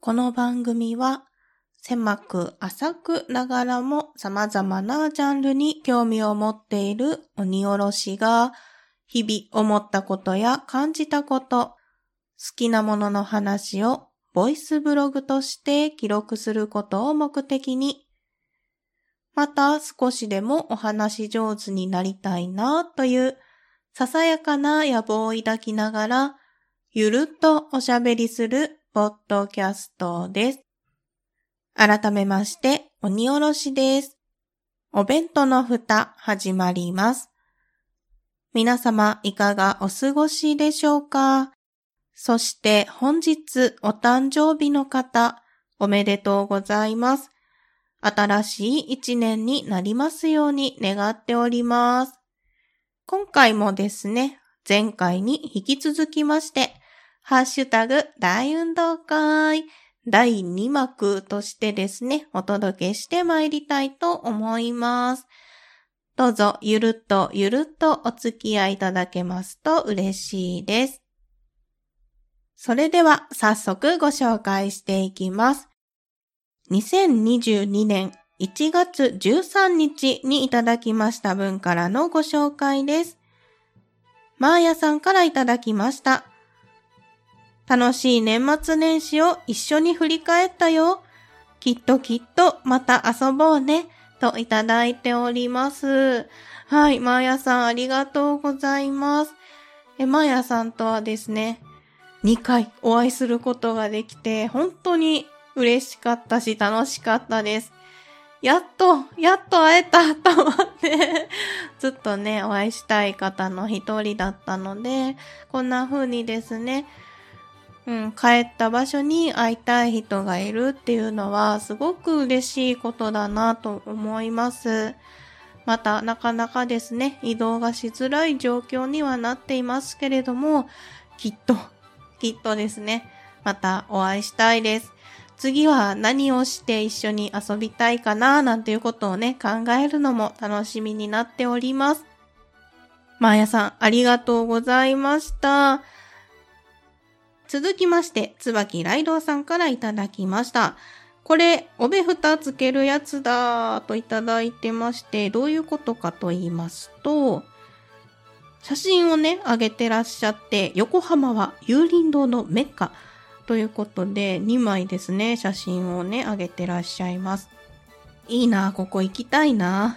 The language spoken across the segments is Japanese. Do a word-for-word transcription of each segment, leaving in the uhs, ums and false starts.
この番組は狭く浅くながらも様々なジャンルに興味を持っている鬼おろしが日々思ったことや感じたこと、好きなものの話をボイスブログとして記録することを目的に、また少しでもお話上手になりたいなというささやかな野望を抱きながらゆるっとおしゃべりするポッドキャストです。改めまして鬼おろしです。お弁当の蓋始まります。皆様いかがお過ごしでしょうか。そして本日お誕生日の方おめでとうございます。新しい一年になりますように願っております。今回もですね、前回に引き続きまして、ハッシュタグ大運動会だいにまくとしてですね、お届けしてまいりたいと思います。どうぞゆるっとゆるっとお付き合いいただけますと嬉しいです。それでは早速ご紹介していきます。にせんにじゅうにねんいちがつじゅうさんにちにいただきました分からのご紹介です。マーヤさんからいただきました。楽しい年末年始を一緒に振り返ったよ。きっときっとまた遊ぼうね。といただいております。はい、マーヤさんありがとうございます。え、マーヤさんとはですね、にかいお会いすることができて、本当に嬉しかったし楽しかったです。やっと、やっと会えたと思って、ずっとね、お会いしたい方の一人だったので、こんな風にですね、うん、帰った場所に会いたい人がいるっていうのはすごく嬉しいことだなと思います。またなかなかですね、移動がしづらい状況にはなっていますけれども、きっと、きっとですね、またお会いしたいです。次は何をして一緒に遊びたいかななんていうことをね、考えるのも楽しみになっております。マーヤさん、ありがとうございました。続きまして、椿ライドウさんからいただきました。これ、おべふたつけるやつだといただいてまして、どういうことかと言いますと、写真をね、上げてらっしゃって、横浜は有林堂のメッカということで、にまいですね、写真をね、上げてらっしゃいます。いいな、ここ行きたいな。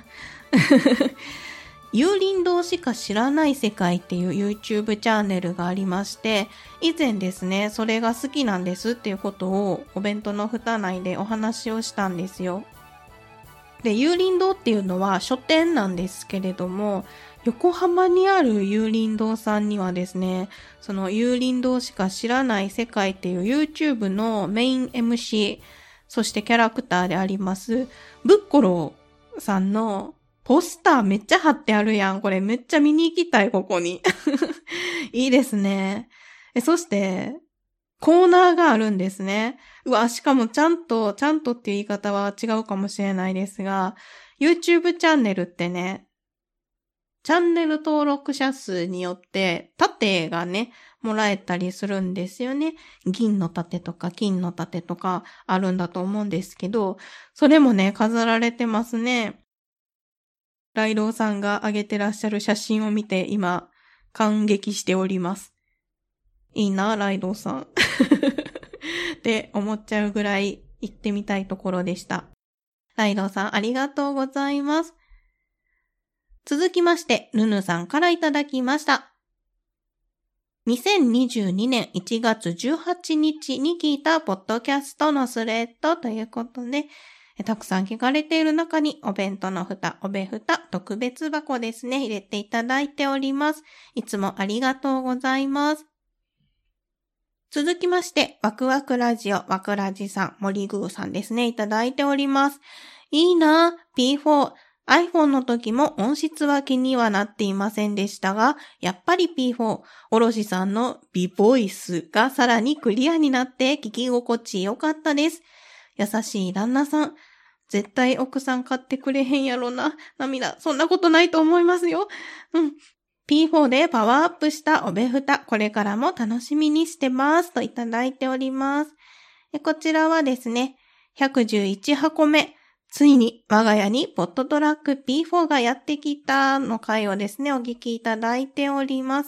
有林堂しか知らない世界っていう YouTube チャンネルがありまして、以前ですね、それが好きなんですっていうことをお弁当の蓋内でお話をしたんですよ。で、有林堂っていうのは書店なんですけれども、横浜にある有林堂さんにはですね、その有林堂しか知らない世界っていう YouTube のメイン エムシー、そしてキャラクターであります、ブッコローさんのポスターめっちゃ貼ってあるやん。これめっちゃ見に行きたい、ここに。いいですね。え、そして、コーナーがあるんですね。うわ、しかもちゃんと、ちゃんとっていう言い方は違うかもしれないですが、YouTube チャンネルってね、チャンネル登録者数によって盾がね、もらえたりするんですよね。銀の盾とか金の盾とかあるんだと思うんですけど、それもね、飾られてますね。ライドウさんが上げてらっしゃる写真を見て今感激しております。いいな、ライドウさん。って思っちゃうぐらい行ってみたいところでした。ライドウさんありがとうございます。続きまして、ヌヌさんからいただきました。にせんにじゅうにねんいちがつじゅうはちにちに聞いたポッドキャストのスレッドということで、たくさん聞かれている中にお弁当の蓋、おべふた特別箱ですね、入れていただいております。いつもありがとうございます。続きまして、ワクワクラジオ、ワクラジさん、森グーさんですね、いただいております。いいな ピーフォー。iPhone の時も音質は気にはなっていませんでしたが、やっぱり ピーフォー、おろしさんの美ボイスがさらにクリアになって聞き心地良かったです。優しい旦那さん。絶対奥さん買ってくれへんやろな。涙。そんなことないと思いますよ。うん。ピーフォー でパワーアップしたおべふた、これからも楽しみにしてます。といただいております。 でこちらはですね、ひゃくじゅういちはこめ、ついに我が家にポットトラック ピーフォー がやってきたの回をですね、お聞きいただいております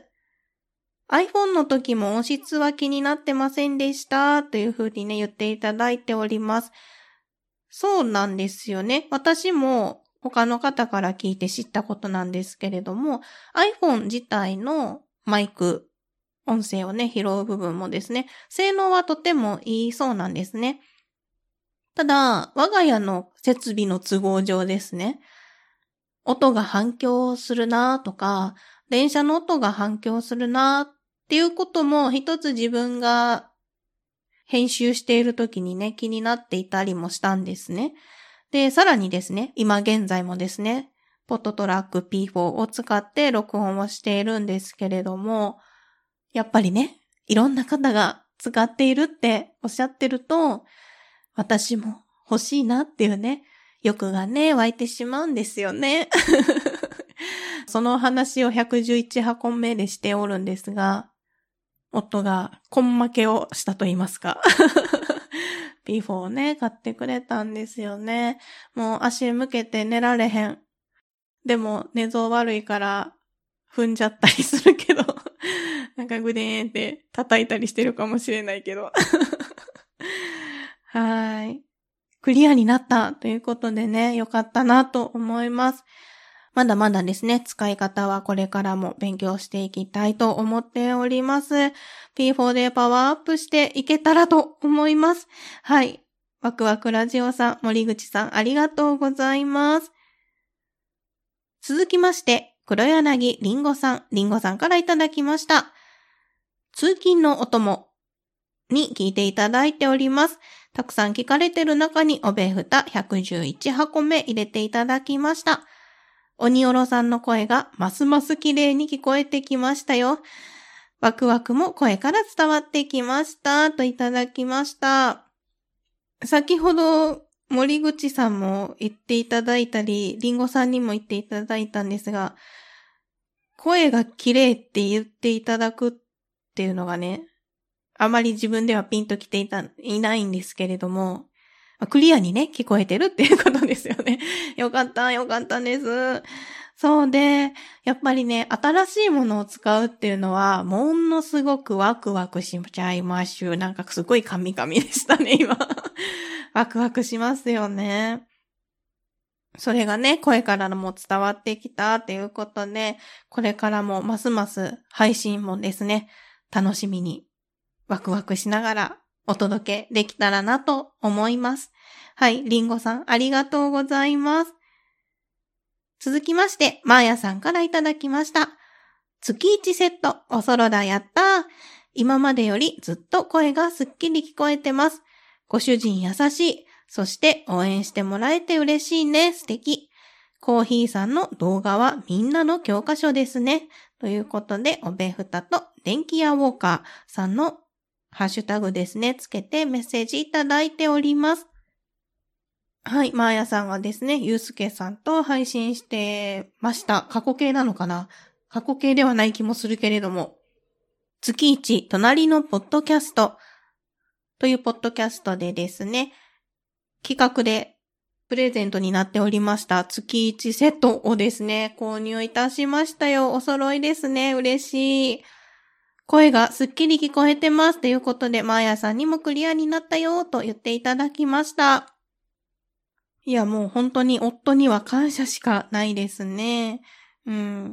。iPhone の時も音質は気になってませんでしたというふうにね、言っていただいております。そうなんですよね。私も他の方から聞いて知ったことなんですけれども、iPhone 自体のマイク、音声をね、拾う部分もですね、性能はとてもいいそうなんですね。ただ、我が家の設備の都合上ですね、音が反響するなとか、電車の音が反響するなっていうことも一つ自分が編集している時にね、気になっていたりもしたんですね。で、さらにですね、今現在もですね、ポットトラック ピーフォー を使って録音をしているんですけれども、やっぱりね、いろんな方が使っているっておっしゃってると、私も欲しいなっていうね、欲がね、湧いてしまうんですよね。その話をひゃくじゅういちはこめでしておるんですが、夫が根負けをしたと言いますか。ピーフォー をね、買ってくれたんですよね。もう足向けて寝られへん。でも寝相悪いから踏んじゃったりするけど、なんかグデーンって叩いたりしてるかもしれないけど。はーい。クリアになったということでね、よかったなと思います。まだまだですね、使い方はこれからも勉強していきたいと思っております。ピーフォー でパワーアップしていけたらと思います。はい。ワクワクラジオさん、森口さん、ありがとうございます。続きまして、黒柳りんごさん、りんごさんからいただきました。通勤のお供に聞いていただいております。たくさん聞かれてる中におべふたひゃくじゅういちはこめ入れていただきました。鬼おろさんの声がますます綺麗に聞こえてきましたよ。ワクワクも声から伝わってきましたといただきました。先ほど森口さんも言っていただいたり、りんごさんにも言っていただいたんですが、声が綺麗って言っていただくっていうのがね、あまり自分ではピンときていた、いないんですけれども、クリアにね、聞こえてるっていうことですよね。よかった、よかったです。そうで、やっぱりね、新しいものを使うっていうのは、ものすごくワクワクしちゃいましゅ。なんかすごいカミカミでしたね、今。ワクワクしますよね。それがね、声からも伝わってきたっていうことで、これからもますます配信もですね、楽しみにワクワクしながらお届けできたらなと思います。はい、りんごさんありがとうございます。続きまして、まーやさんからいただきました。月いちセット、おそろだやったー。今までよりずっと声がすっきり聞こえてます。ご主人優しい。そして応援してもらえて嬉しいね。素敵。コーヒーさんの動画はみんなの教科書ですね。ということで、おべふたと電気屋ウォーカーさんのハッシュタグですね、つけてメッセージいただいております。はい、まーやさんがですね、ゆうすけさんと配信してました。過去形なのかな？過去形ではない気もするけれども。月一、隣のポッドキャストというポッドキャストでですね、企画でプレゼントになっておりました月一セットをですね、購入いたしましたよ。お揃いですね。嬉しい。声がすっきり聞こえてますということで、まーやさんにもクリアになったよと言っていただきました。いや、もう本当に夫には感謝しかないですね。うん。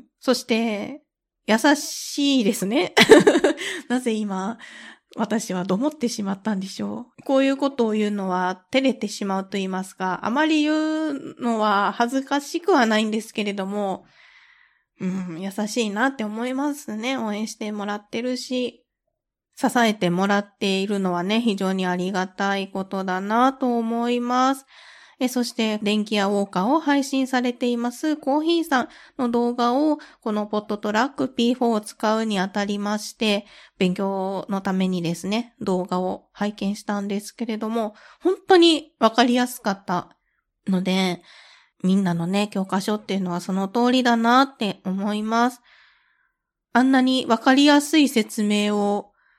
そして、優しいですね。なぜ今、私はどもってしまったんでしょう。こういうことを言うのは照れてしまうと言いますか、あまり言うのは恥ずかしくはないんですけれども、うん、優しいなって思いますね。応援してもらってるし、支えてもらっているのはね、非常にありがたいことだなと思います。えそして、電気屋ウォーカーを配信されていますコーヒーさんの動画を、このポットトラック ピーフォー を使うにあたりまして、勉強のためにですね、動画を拝見したんですけれども、本当にわかりやすかったので、みんなのね、教科書っていうのはその通りだなって思います。あんなにわかりやすい説明を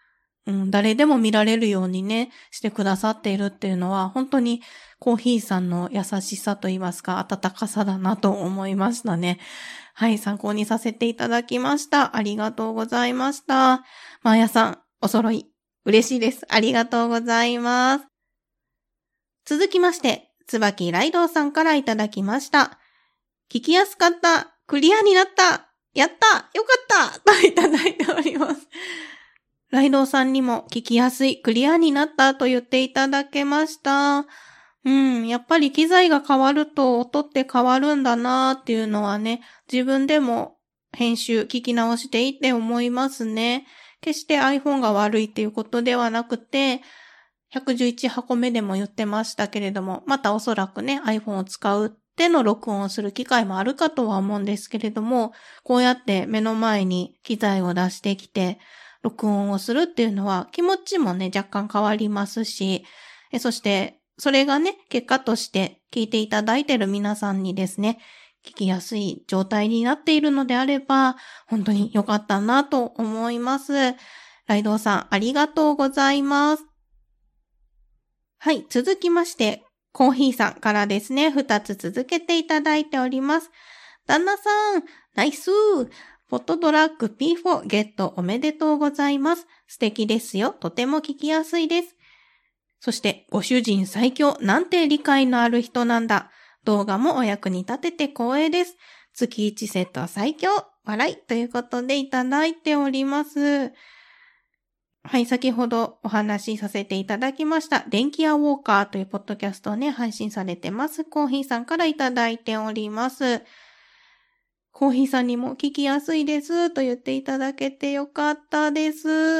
うん、誰でも見られるようにね、してくださっているっていうのは、本当にコーヒーさんの優しさと言いますか、温かさだなと思いましたね。はい、参考にさせていただきました。ありがとうございました。まーやさん、お揃い、嬉しいです。ありがとうございます。続きまして、つばきライドウさんからいただきました。聞きやすかった、クリアになった、やった、よかったといただいております。ライドウさんにも聞きやすい、クリアになったと言っていただけました。うん、やっぱり機材が変わると音って変わるんだなーっていうのはね、自分でも編集、聞き直していて思いますね。決して iPhone が悪いっていうことではなくて、ひゃくじゅういち箱目でも言ってましたけれども、またおそらくね、iPhone を使うっての録音をする機会もあるかとは思うんですけれども、こうやって目の前に機材を出してきて、録音をするっていうのは気持ちもね、若干変わりますし、えそして、それがね、結果として聞いていただいている皆さんにですね、聞きやすい状態になっているのであれば、本当に良かったなと思います。ライドウさん、ありがとうございます。はい、続きまして、コーヒーさんからですね、二つ続けていただいております。旦那さん、ナイスーポットドラッグ ピーフォー ゲットおめでとうございます。素敵ですよ。とても聞きやすいです。そして、ご主人最強。なんて理解のある人なんだ。動画もお役に立てて光栄です。月いちセット最強。笑い。ということでいただいております。はい、先ほどお話しさせていただきました。電気屋ウォーカーというポッドキャストをね、配信されてます。コーヒーさんからいただいております。コーヒーさんにも聞きやすいですと言っていただけてよかったです。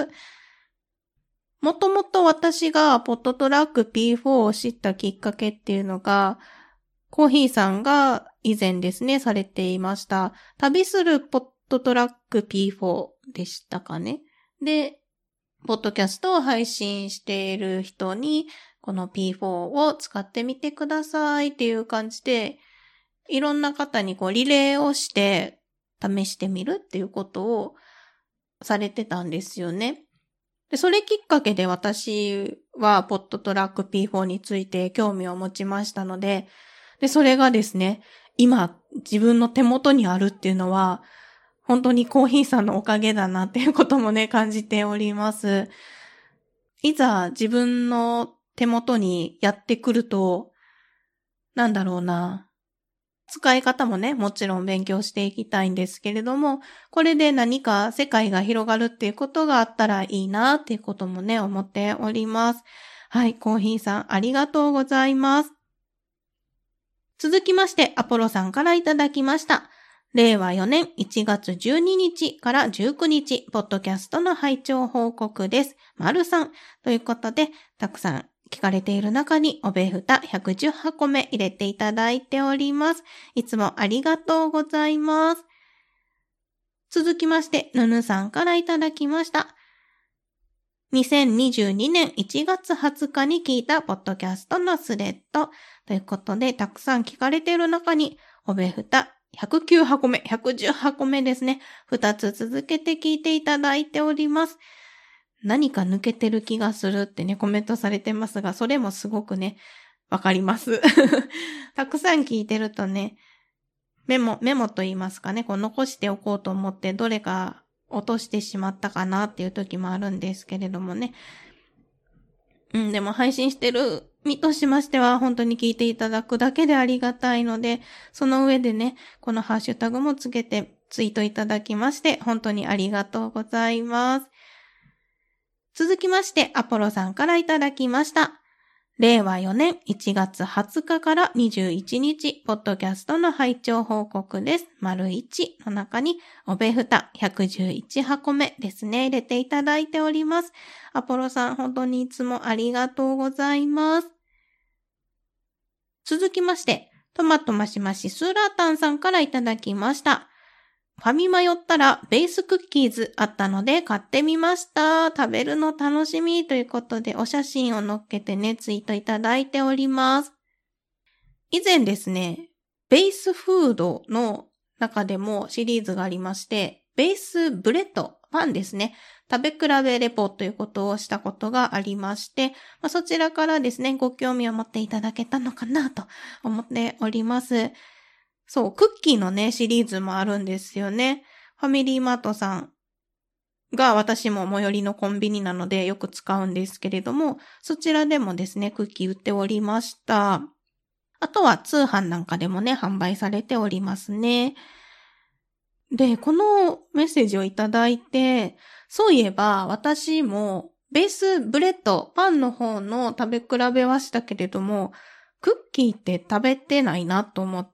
もともと私がポットトラック ピーフォー を知ったきっかけっていうのが、コーヒーさんが以前ですね、されていました。旅するポットトラック ピーフォー でしたかね。で、ポッドキャストを配信している人に、この ピーフォー を使ってみてくださいっていう感じで、いろんな方にこうリレーをして試してみるっていうことをされてたんですよね。で、それきっかけで私はポットトラック ピーフォー について興味を持ちましたので、で、それがですね、今自分の手元にあるっていうのは、本当にコーヒーさんのおかげだなっていうこともね、感じております。いざ自分の手元にやってくると、なんだろうな。使い方もね、もちろん勉強していきたいんですけれども、これで何か世界が広がるっていうことがあったらいいなっていうこともね、思っております。はい、コーヒーさんありがとうございます。続きまして、アポロさんからいただきました。れいわよねんいちがつじゅうににちからじゅうくにち、ポッドキャストの拝聴報告です。丸さん。ということで、たくさん聞かれている中に、おべふたひゃくじゅっはこめ入れていただいております。いつもありがとうございます。続きまして、ぬぬさんからいただきました。にせんにじゅうにねんいちがつはつかに聞いたポッドキャストのスレッド。ということで、たくさん聞かれている中に、おべふたひゃくきゅうはこめ、ひゃくじゅっはこめですね。ふたつ続けて聞いていただいております。何か抜けてる気がするってね、コメントされてますが、それもすごくね、わかります。たくさん聞いてるとね、メモ、メモと言いますかね、こう残しておこうと思って、どれか落としてしまったかなっていう時もあるんですけれどもね。うん、でも配信してる身としましては、本当に聞いていただくだけでありがたいので、その上でね、このハッシュタグもつけてツイートいただきまして、本当にありがとうございます。続きまして、アポロさんからいただきました。れいわよねんいちがつはつかからにじゅういちにち、ポッドキャストの拝聴報告です。丸いちの中に、おべふたひゃくじゅういちはこめですね、入れていただいております。アポロさん、本当にいつもありがとうございます。続きまして、トマトマシマシスーラータンさんからいただきました。ファミマ寄ったらベースクッキーズあったので買ってみました。食べるの楽しみということでお写真を載っけてね、ツイートいただいております。以前ですね、ベースフードの中でもシリーズがありまして、ベースブレッド、パンですね。 食べ比べレポということをしたことがありまして、まあ、そちらからですね、ご興味を持っていただけたのかなと思っております。そう、クッキーのね、シリーズもあるんですよね。ファミリーマートさんが私も最寄りのコンビニなのでよく使うんですけれども、そちらでもですね、クッキー売っておりました。あとは通販なんかでもね、販売されておりますね。で、このメッセージをいただいて、そういえば私もベースブレッド、パンの方の食べ比べはしたけれども、クッキーって食べてないなと思って、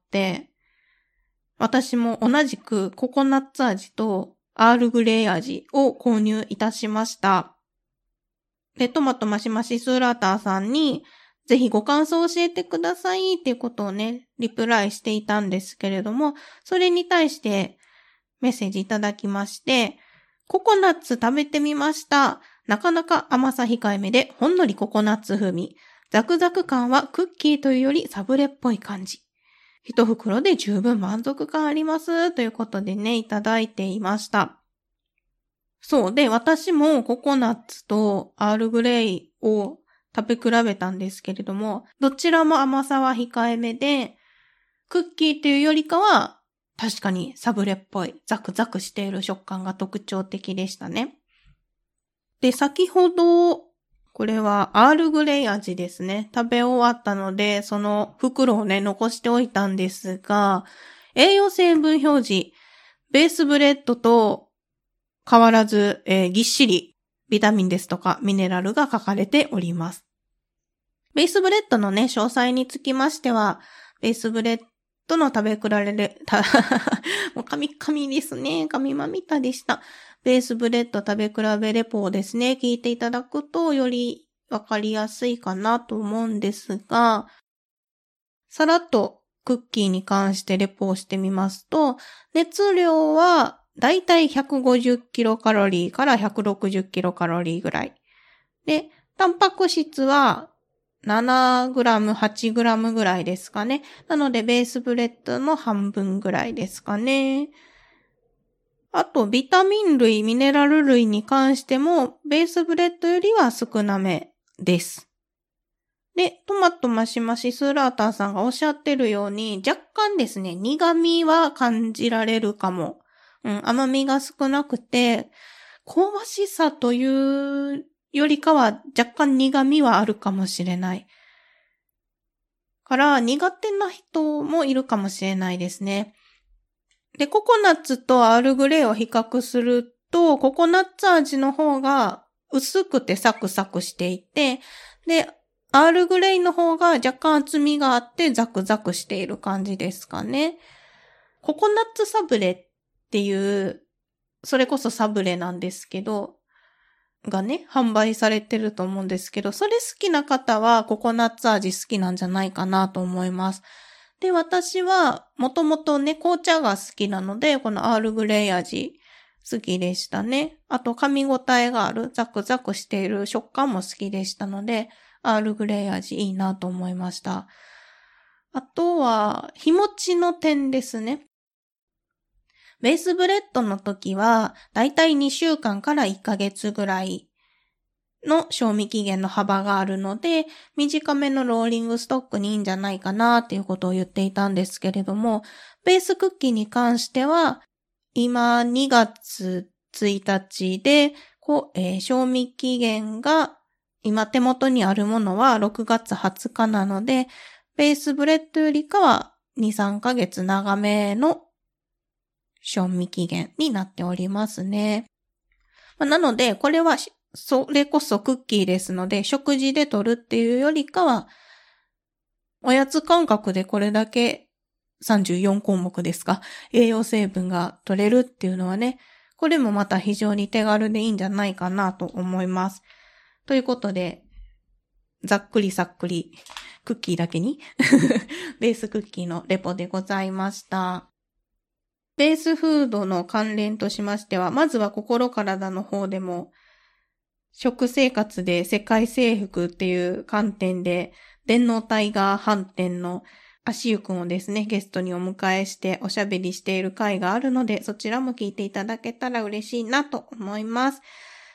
私も同じくココナッツ味とアールグレイ味を購入いたしました。で、トマトマシマシスーラーターさんに、ぜひご感想を教えてくださいっていうことをね、リプライしていたんですけれども、それに対してメッセージいただきまして、ココナッツ食べてみました。なかなか甘さ控えめでほんのりココナッツ風味。ザクザク感はクッキーというよりサブレっぽい感じ。一袋で十分満足感あります。ということでね、いただいていました。そうで、私もココナッツとアールグレイを食べ比べたんですけれども、どちらも甘さは控えめで、クッキーというよりかは確かにサブレっぽいザクザクしている食感が特徴的でしたね。で、先ほど、これはアールグレイ味ですね。食べ終わったので、その袋をね、残しておいたんですが、栄養成分表示、ベースブレッドと変わらず、えー、ぎっしりビタミンですとかミネラルが書かれております。ベースブレッドのね、詳細につきましては、ベースブレッドの食べ比べれ、たもう神々ですね。神まみたでした。ベースブレッド食べ比べレポをですね、聞いていただくとよりわかりやすいかなと思うんですが、さらっとクッキーに関してレポをしてみますと、熱量はだいたいひゃくごじゅっキロカロリーからひゃくろくじゅっキロカロリーぐらい。で、タンパク質はななグラム、はちグラムぐらいですかね。なのでベースブレッドの半分ぐらいですかね。あと、ビタミン類、ミネラル類に関しても、ベースブレッドよりは少なめです。で、トマトマシマシスーラーターさんがおっしゃってるように、若干ですね、苦味は感じられるかも。うん、甘みが少なくて、香ばしさというよりかは若干苦味はあるかもしれない。から苦手な人もいるかもしれないですね。で、ココナッツとアールグレイを比較すると、ココナッツ味の方が薄くてサクサクしていて、で、アールグレイの方が若干厚みがあってザクザクしている感じですかね。ココナッツサブレっていう、それこそサブレなんですけど、がね、販売されてると思うんですけど、それ好きな方はココナッツ味好きなんじゃないかなと思います。で、私はもともとね、紅茶が好きなので、このアールグレイ味好きでしたね。あと噛み応えがある、ザクザクしている食感も好きでしたので、アールグレイ味いいなと思いました。あとは、日持ちの点ですね。ベースブレッドの時は、だいたいにしゅうかんからいっかげつぐらいの賞味期限の幅があるので、短めのローリングストックにいいんじゃないかなっていうことを言っていたんですけれども、ベースクッキーに関しては、今にがつついたちで、こうえー、賞味期限が今手元にあるものはろくがつはつかなので、ベースブレッドよりかはに、さんかげつ長めの賞味期限になっておりますね。なので、これはそれこそクッキーですので、食事で取るっていうよりかは、おやつ感覚でこれだけさんじゅうよんこうもくですか、栄養成分が取れるっていうのはね、これもまた非常に手軽でいいんじゃないかなと思います。ということで、ざっくりさっくりクッキーだけにベースクッキーのレポでございました。ベースフードの関連としましては、まずは心体の方でも、食生活で世界征服っていう観点で、電脳タイガー飯店の足湯くんをですね、ゲストにお迎えしておしゃべりしている回があるので、そちらも聞いていただけたら嬉しいなと思います。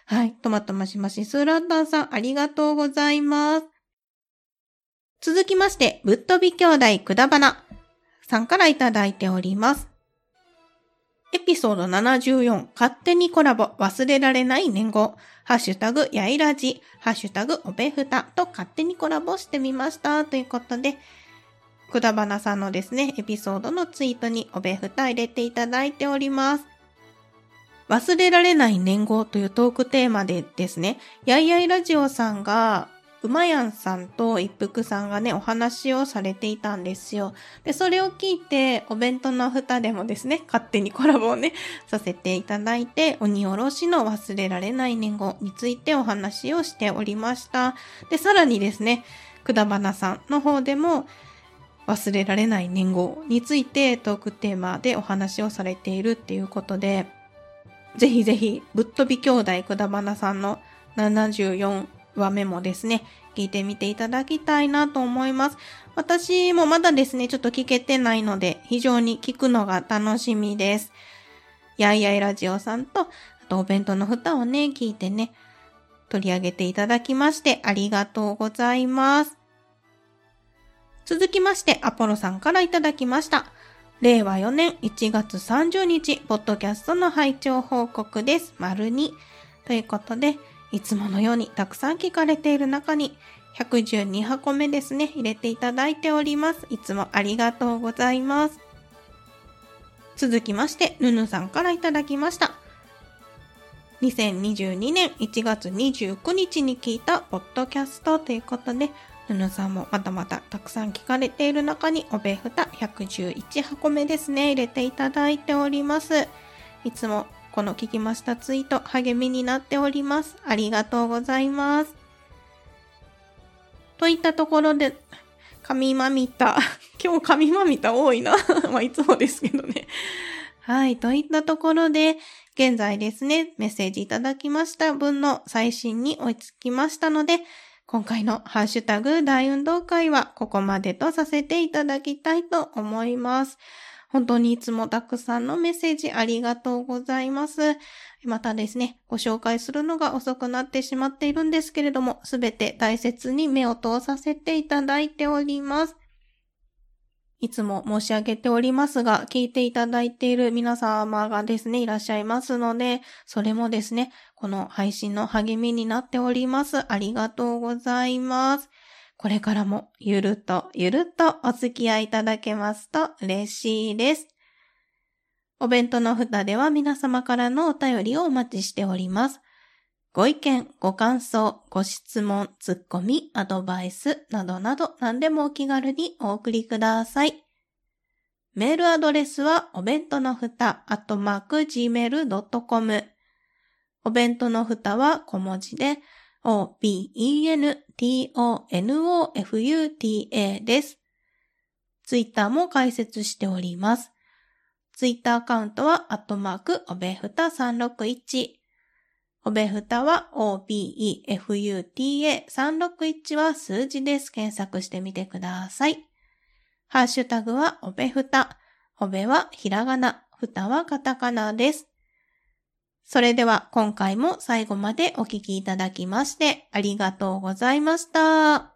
はい。トマトマシマシスーランタンさん、ありがとうございます。続きまして、ぶっとび兄弟くだばなさんからいただいております。エピソードななじゅうよん、勝手にコラボ、忘れられない年号、ハッシュタグ、やいらじ、ハッシュタグ、おべふたと勝手にコラボしてみました。ということで、くだばなさんのですね、エピソードのツイートにおべふた入れていただいております。忘れられない年号というトークテーマでですね、やいやいラジオさんが、うまやんさんと一服さんがね、お話をされていたんですよ。で、それを聞いて、お弁当の蓋でもですね、勝手にコラボをね、させていただいて、鬼おろしの忘れられない年号についてお話をしておりました。で、さらにですね、くだばなさんの方でも、忘れられない年号についてトークテーマでお話をされているっていうことで、ぜひぜひ、ぶっとび兄弟くだばなさんのななじゅうよんわめもですね、聞いてみていただきたいなと思います。私もまだですね、ちょっと聞けてないので、非常に聞くのが楽しみです。やいやいラジオさんと、あとお弁当の蓋をね、聞いてね、取り上げていただきましてありがとうございます。続きまして、アポロさんからいただきました。れいわよねんいちがつさんじゅうにち、ポッドキャストの拝聴報告です。丸に。ということで、いつものようにたくさん聞かれている中に、ひゃくじゅうにはこめですね、入れていただいております。いつもありがとうございます。続きまして、ぬぬさんからいただきました。にせんにじゅうにねんいちがつにじゅうくにちに聞いたポッドキャストということで、ぬぬさんもまたまたたくさん聞かれている中におべふたひゃくじゅういちはこめですね、入れていただいております。いつもこの聞きましたツイート励みになっております。ありがとうございます。といったところで、神まみた。今日神まみた多いな。まあいつもですけどね。はい。といったところで、現在ですね、メッセージいただきました分の最新に追いつきましたので、今回のハッシュタグ大運動会はここまでとさせていただきたいと思います。本当にいつもたくさんのメッセージありがとうございます。またですね、ご紹介するのが遅くなってしまっているんですけれども、すべて大切に目を通させていただいております。いつも申し上げておりますが、聞いていただいている皆様がですね、いらっしゃいますので、それもですね、この配信の励みになっております。ありがとうございます。これからもゆるっとゆるっとお付き合いいただけますと嬉しいです。お弁当の蓋では皆様からのお便りをお待ちしております。ご意見、ご感想、ご質問、ツッコミ、アドバイスなどなど何でもお気軽にお送りください。メールアドレスはお弁当のふたアットマーク ジーメールドットコム。お弁当のふたは小文字で オービーイーエヌティーオーエヌオーエフユーティーエー です。ツイッターも開設しております。ツイッターアカウントはアットマークおべふたさんろくいち。おべふたは オービーイーエフユーティーエーさんろくいち は数字です。検索してみてください。ハッシュタグはおべふた。おべはひらがな、ふたはカタカナです。それでは今回も最後までお聞きいただきましてありがとうございました。